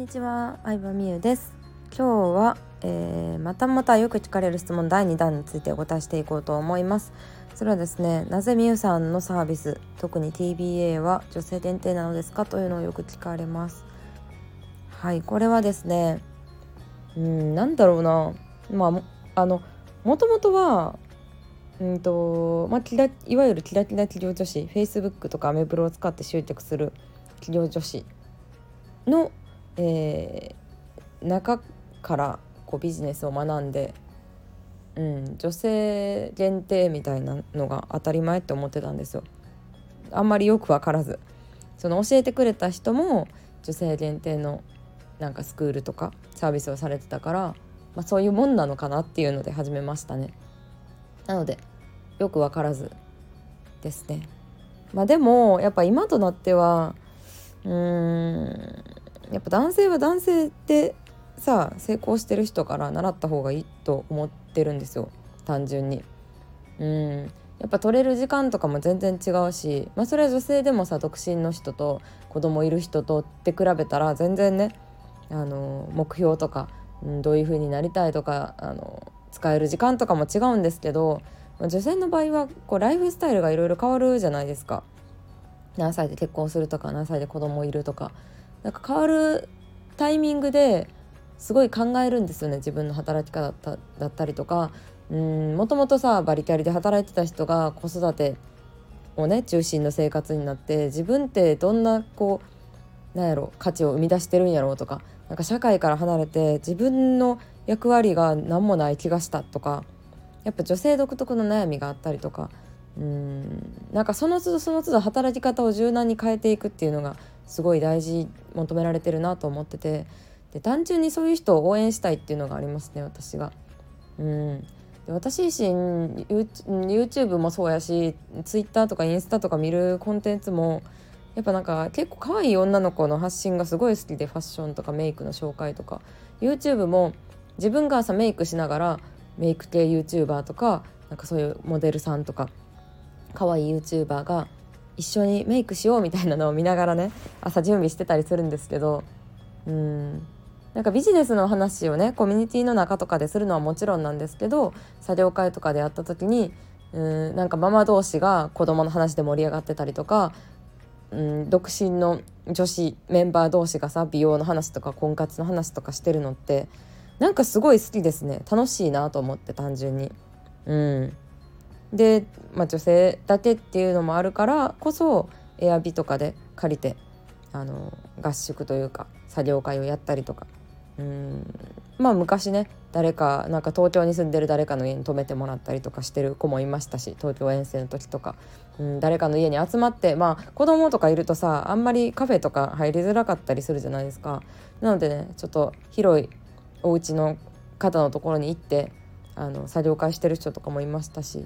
ちは、相葉美優です。今日は、またまたよく聞かれる質問第2弾についてお答えしていこうと思います。それはですね、なぜ美優さんのサービス、特に TBA は女性限定なのですかというのをよく聞かれます。はい、これはですね、なんだろうな、もともとはいわゆるキラキラ企業女子、 Facebook とかアメブロを使って集客する企業女子の、中からビジネスを学んで、女性限定みたいなのが当たり前って思ってたんですよ。あんまりよく分からず、その教えてくれた人も女性限定のなんかスクールとかサービスをされてたから、そういうもんなのかなっていうので始めましたね。なのでよく分からずですね。でもやっぱ今となってはやっぱ男性は男性で成功してる人から習った方がいいと思ってるんですよ、単純に。やっぱ取れる時間とかも全然違うし、それは女性でも独身の人と子供いる人とって比べたら全然ね、目標とか、どういう風になりたいとか使える時間とかも違うんですけど、女性の場合はライフスタイルがいろいろ変わるじゃないですか。何歳で結婚するとか何歳で子供いるとか、変わるタイミングですごい考えるんですよね、自分の働き方だったりとか。もともとバリキャリで働いてた人が子育てをね中心の生活になって、自分ってどんな価値を生み出してるんやろうとか、社会から離れて自分の役割が何もない気がしたとか、やっぱ女性独特の悩みがあったりとか、その都度その都度働き方を柔軟に変えていくっていうのがすごい大事、求められてるなと思ってて、で単純にそういう人を応援したいっていうのがありますね、私が。で私自身 YouTube もそうやし、 Twitter とかインスタとか見るコンテンツもやっぱ結構可愛い女の子の発信がすごい好きで、ファッションとかメイクの紹介とか YouTube も自分が朝メイクしながらメイク系 YouTuber とかそういうモデルさんとか可愛い YouTuber が一緒にメイクしようみたいなのを見ながらね、朝準備してたりするんですけど、ビジネスの話をねコミュニティの中とかでするのはもちろんなんですけど、作業会とかでやった時にママ同士が子供の話で盛り上がってたりとか、独身の女子メンバー同士が美容の話とか婚活の話とかしてるのってすごい好きですね。楽しいなと思って、単純に。で、女性だけっていうのもあるからこそエアビとかで借りて合宿というか作業会をやったりとか、昔ね誰か東京に住んでる誰かの家に泊めてもらったりとかしてる子もいましたし、東京遠征の時とか、誰かの家に集まって、子供とかいるとあんまりカフェとか入りづらかったりするじゃないですか。なのでね、ちょっと広いお家の方のところに行って作業会してる人とかもいましたし、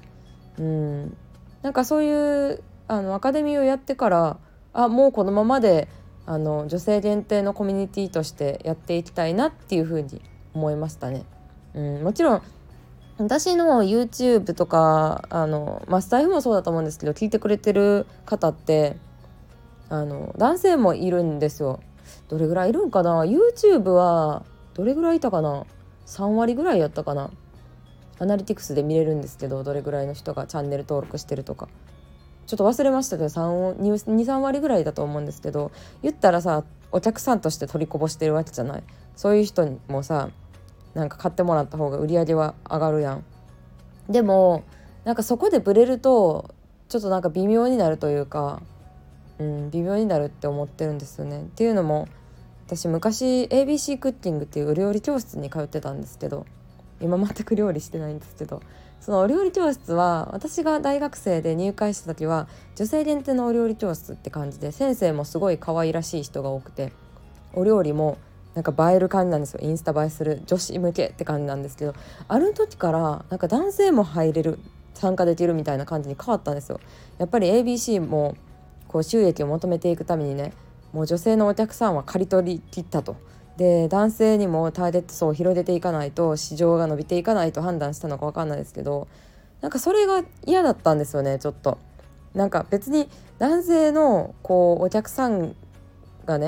そういうアカデミーをやってからもうこのままで女性限定のコミュニティとしてやっていきたいなっていうふうに思いましたね。もちろん私の YouTube とかスタイフもそうだと思うんですけど、聞いてくれてる方って男性もいるんですよ。どれぐらいいるんかな。 YouTube はどれぐらいいたかな。3割ぐらいやったかな。アナリティクスで見れるんですけど、どれぐらいの人がチャンネル登録してるとかちょっと忘れましたけど2、3割ぐらいだと思うんですけど、言ったらお客さんとして取りこぼしてるわけじゃない。そういう人にも買ってもらった方が売り上げは上がるやん。でもそこでブレるとちょっと微妙になるというか、微妙になるって思ってるんですよね。っていうのも私昔 ABC クッキングっていうお料理教室に通ってたんですけど、今全く料理してないんですけど、そのお料理教室は私が大学生で入会した時は女性限定のお料理教室って感じで、先生もすごい可愛らしい人が多くて、お料理も映える感じなんですよ。インスタ映えする女子向けって感じなんですけど、ある時から男性も入れる、参加できるみたいな感じに変わったんですよ。やっぱり ABC も収益を求めていくためにね、もう女性のお客さんは刈り取り切ったと。で男性にもターゲット層を広げていかないと市場が伸びていかないと判断したのか分かんないですけど、それが嫌だったんですよね。ちょっと別に男性のお客さんがね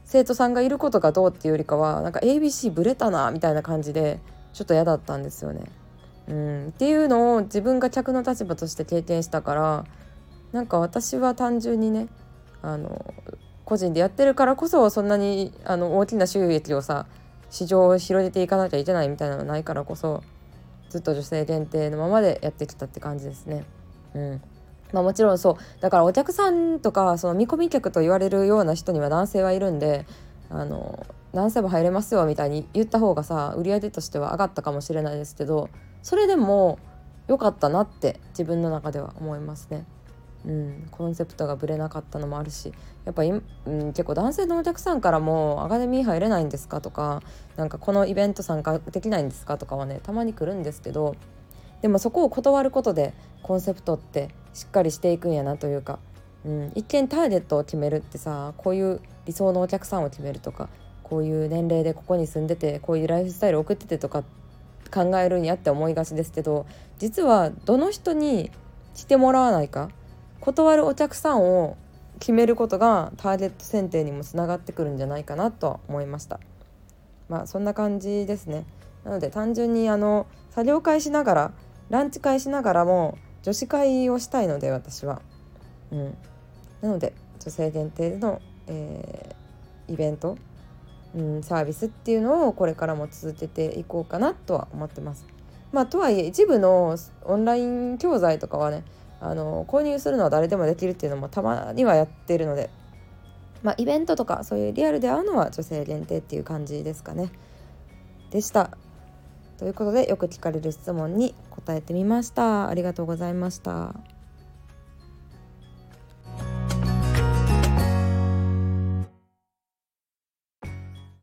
生徒さんがいることがどうっていうよりかは、なんか ABC ブレたなみたいな感じでちょっと嫌だったんですよね。っていうのを自分が客の立場として経験したから、なんか私は単純にね、個人でやってるからこそそんなに大きな収益をさ、市場を広げていかなきゃいけないみたいなのないからこそ、ずっと女性限定のままでやってきたって感じですね。もちろんそうだから、お客さんとかその見込み客と言われるような人には男性はいるんで、男性も入れますよみたいに言った方がさ、売り上げとしては上がったかもしれないですけど、それでも良かったなって自分の中では思いますね。コンセプトがぶれなかったのもあるし、やっぱ結構男性のお客さんからもアカデミー入れないんですかとか、なんかこのイベント参加できないんですかとかはね、たまに来るんですけど、でもそこを断ることでコンセプトってしっかりしていくんやなというか、一見ターゲットを決めるってさ、こういう理想のお客さんを決めるとか、こういう年齢でここに住んでてこういうライフスタイルを送っててとか考えるんやって思いがちですけど、実はどの人に来てもらわないか、断るお客さんを決めることがターゲット選定にもつながってくるんじゃないかなと思いました。そんな感じですね。なので単純に作業会しながらランチ会しながらも女子会をしたいので、私は、なので女性限定の、イベント、サービスっていうのをこれからも続けていこうかなとは思ってます。とはいえ一部のオンライン教材とかはね、購入するのは誰でもできるっていうのもたまにはやってるので、イベントとかそういうリアルで会うのは女性限定っていう感じですかね。でした。ということで、よく聞かれる質問に答えてみました。ありがとうございました。